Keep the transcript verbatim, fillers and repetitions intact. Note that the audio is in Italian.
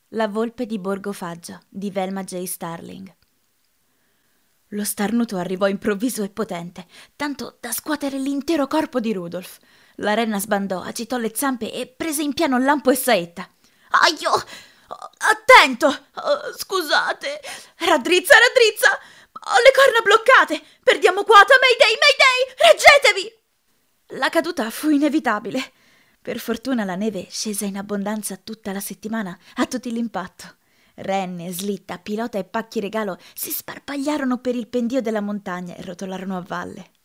La volpe di Borgo Faggio di Velma J. Starling. Lo starnuto arrivò improvviso e potente, tanto da scuotere l'intero corpo di Rudolf. La renna sbandò, agitò le zampe e prese in pieno lampo e saetta. Aio! Attento! Oh, scusate! Raddrizza, raddrizza! Ho le corna bloccate! Perdiamo quota! Mayday, mayday! Reggetevi! La caduta fu inevitabile. Per fortuna la neve scese in abbondanza tutta la settimana a tutti l'impatto. Renne, slitta, pilota e pacchi regalo si sparpagliarono per il pendio della montagna e rotolarono a valle.